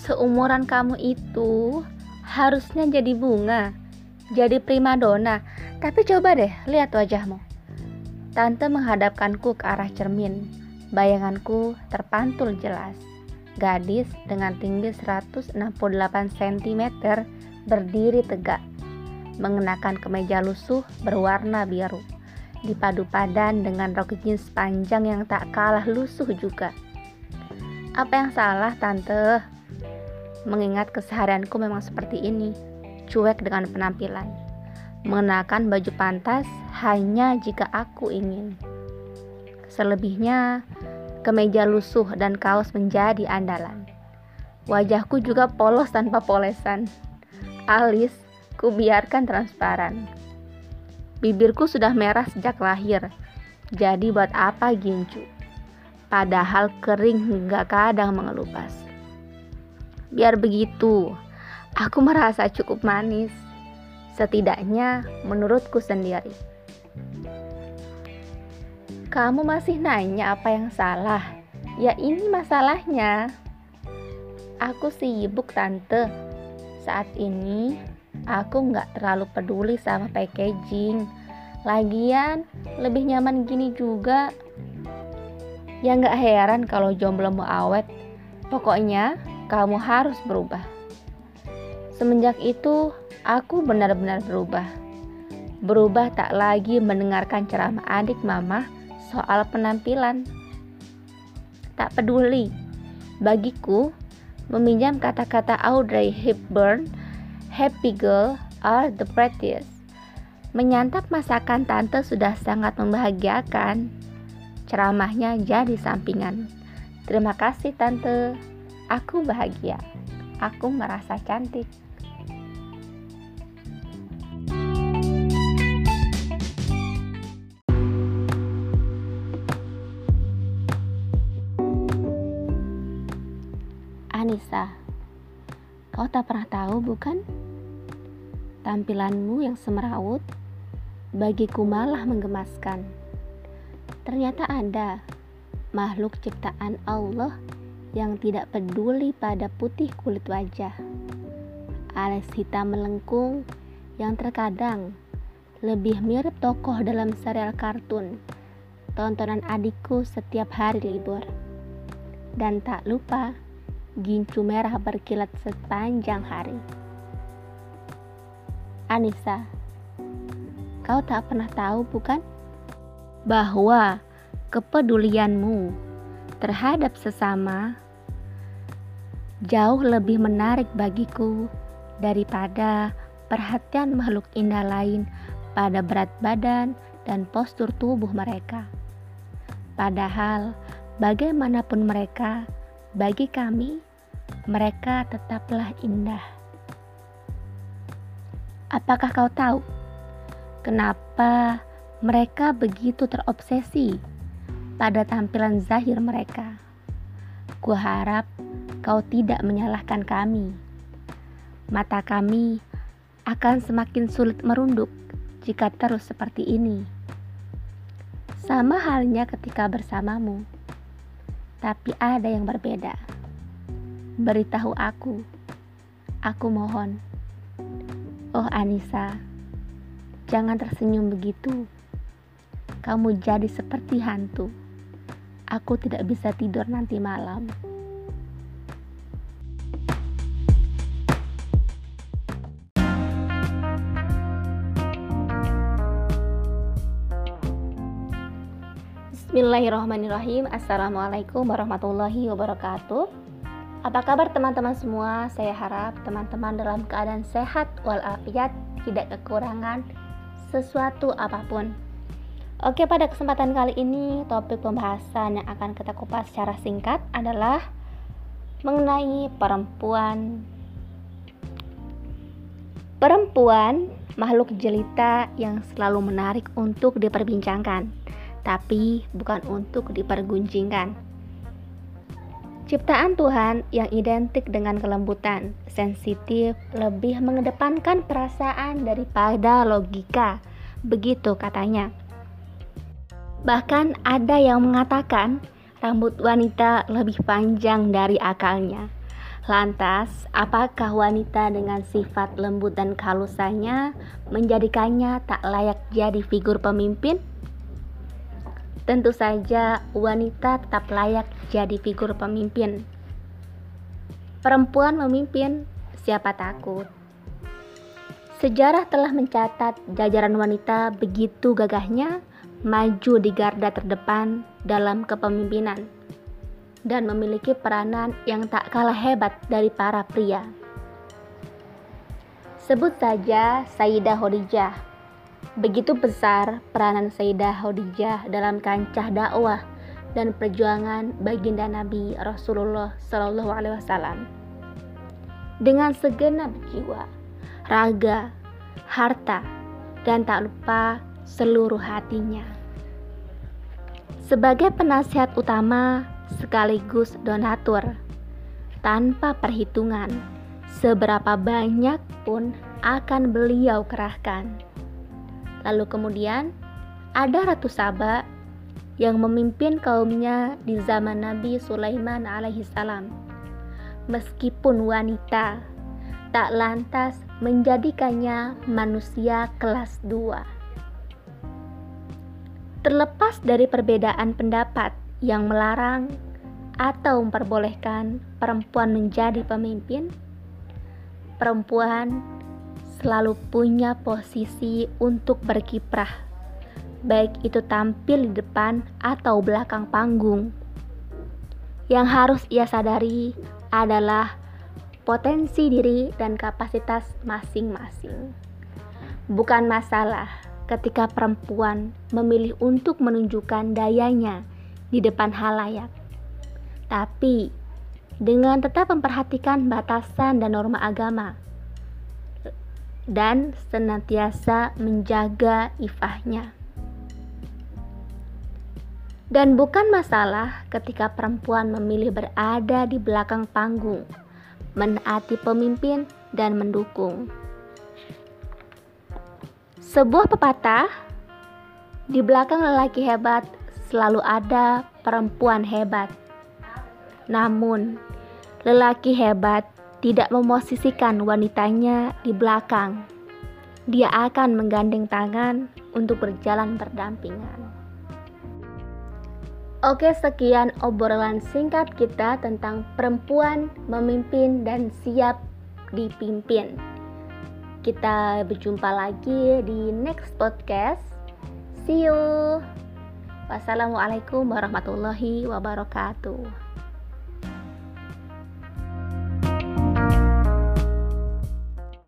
Seumuran kamu itu harusnya jadi bunga, jadi primadona. Tapi coba deh lihat wajahmu. Tante menghadapkanku ke arah cermin. Bayanganku terpantul jelas. Gadis dengan tinggi 168 cm berdiri tegak, mengenakan kemeja lusuh berwarna biru, dipadu padan dengan rok jeans panjang yang tak kalah lusuh juga. Apa yang salah, Tante? Mengingat keseharianku memang seperti ini, cuek dengan penampilan, mengenakan baju pantas hanya jika aku ingin. Selebihnya, kemeja lusuh dan kaos menjadi andalan. Wajahku juga polos tanpa polesan. Alis ku biarkan transparan. Bibirku sudah merah sejak lahir. Jadi buat apa gincu? Padahal kering hingga kadang mengelupas. Biar begitu, aku merasa cukup manis. Setidaknya menurutku sendiri. Kamu masih nanya apa yang salah? Ya ini masalahnya. Aku sibuk, Tante. Saat ini aku gak terlalu peduli sama packaging. Lagian lebih nyaman gini juga. Ya gak heran kalau jomblo mau awet. Pokoknya kamu harus berubah. Semenjak itu aku benar-benar berubah. Berubah tak lagi mendengarkan ceramah adik mama soal penampilan. Tak peduli. Bagiku, meminjam kata-kata Audrey Hepburn, happy girl are the prettiest. Menyantap masakan tante sudah sangat membahagiakan. Ceramahnya jadi sampingan. Terima kasih tante. Aku bahagia. Aku merasa cantik. Anissa, kau tak pernah tahu bukan? Tampilanmu yang semrawut bagiku malah menggemaskan. Ternyata ada makhluk ciptaan Allah yang tidak peduli pada putih kulit wajah, alis hitam melengkung yang terkadang lebih mirip tokoh dalam serial kartun tontonan adikku setiap hari libur. Dan tak lupa gincu merah berkilat sepanjang hari. Anissa, kau tak pernah tahu bukan? Bahwa kepedulianmu terhadap sesama jauh lebih menarik bagiku daripada perhatian makhluk indah lain pada berat badan dan postur tubuh mereka. Padahal bagaimanapun mereka, bagi kami, mereka tetaplah indah. Apakah kau tahu kenapa mereka begitu terobsesi pada tampilan zahir mereka? Kuharap kau tidak menyalahkan kami. Mata kami akan semakin sulit merunduk jika terus seperti ini. Sama halnya ketika bersamamu. Tapi ada yang berbeda. Beritahu aku mohon. Oh Anissa, jangan tersenyum begitu. Kamu jadi seperti hantu. Aku tidak bisa tidur nanti malam. Bismillahirrahmanirrahim. Assalamualaikum warahmatullahi wabarakatuh. Apa kabar teman-teman semua? Saya harap teman-teman dalam keadaan sehat walafiat, tidak kekurangan sesuatu apapun. Oke, pada kesempatan kali ini topik pembahasan yang akan kita kupas secara singkat adalah mengenai perempuan. Perempuan, makhluk jelita yang selalu menarik untuk diperbincangkan, tapi bukan untuk dipergunjingkan. Ciptaan Tuhan yang identik dengan kelembutan, sensitif, lebih mengedepankan perasaan daripada logika. Begitu katanya. Bahkan ada yang mengatakan rambut wanita lebih panjang dari akalnya. Lantas, apakah wanita dengan sifat lembut dan kehalusannya menjadikannya tak layak jadi figur pemimpin? Tentu saja wanita tetap layak jadi figur pemimpin. Perempuan memimpin, siapa takut? Sejarah telah mencatat jajaran wanita begitu gagahnya maju di garda terdepan dalam kepemimpinan dan memiliki peranan yang tak kalah hebat dari para pria. Sebut saja Sayyidah Khadijah. Begitu besar peranan Sayyidah Khadijah dalam kancah dakwah dan perjuangan baginda Nabi Rasulullah SAW. Dengan segenap jiwa, raga, harta, dan tak lupa seluruh hatinya. Sebagai penasihat utama sekaligus donatur, tanpa perhitungan seberapa banyak pun akan beliau kerahkan. Lalu kemudian ada Ratu Saba yang memimpin kaumnya di zaman Nabi Sulaiman alaihissalam. Meskipun wanita, tak lantas menjadikannya manusia kelas 2. Terlepas dari perbedaan pendapat yang melarang atau memperbolehkan perempuan menjadi pemimpin, perempuan selalu punya posisi untuk berkiprah, baik itu tampil di depan atau belakang panggung. Yang harus ia sadari adalah potensi diri dan kapasitas masing-masing. Bukan masalah ketika perempuan memilih untuk menunjukkan dayanya di depan halayak, tapi dengan tetap memperhatikan batasan dan norma agama dan senantiasa menjaga ifahnya. Dan bukan masalah ketika perempuan memilih berada di belakang panggung, menaati pemimpin dan mendukung. Sebuah pepatah, di belakang lelaki hebat selalu ada perempuan hebat. Namun, lelaki hebat tidak memosisikan wanitanya di belakang. Dia akan menggandeng tangan untuk berjalan berdampingan. Oke, sekian obrolan singkat kita tentang perempuan memimpin dan siap dipimpin. Kita berjumpa lagi di next podcast. See you. Wassalamualaikum warahmatullahi wabarakatuh.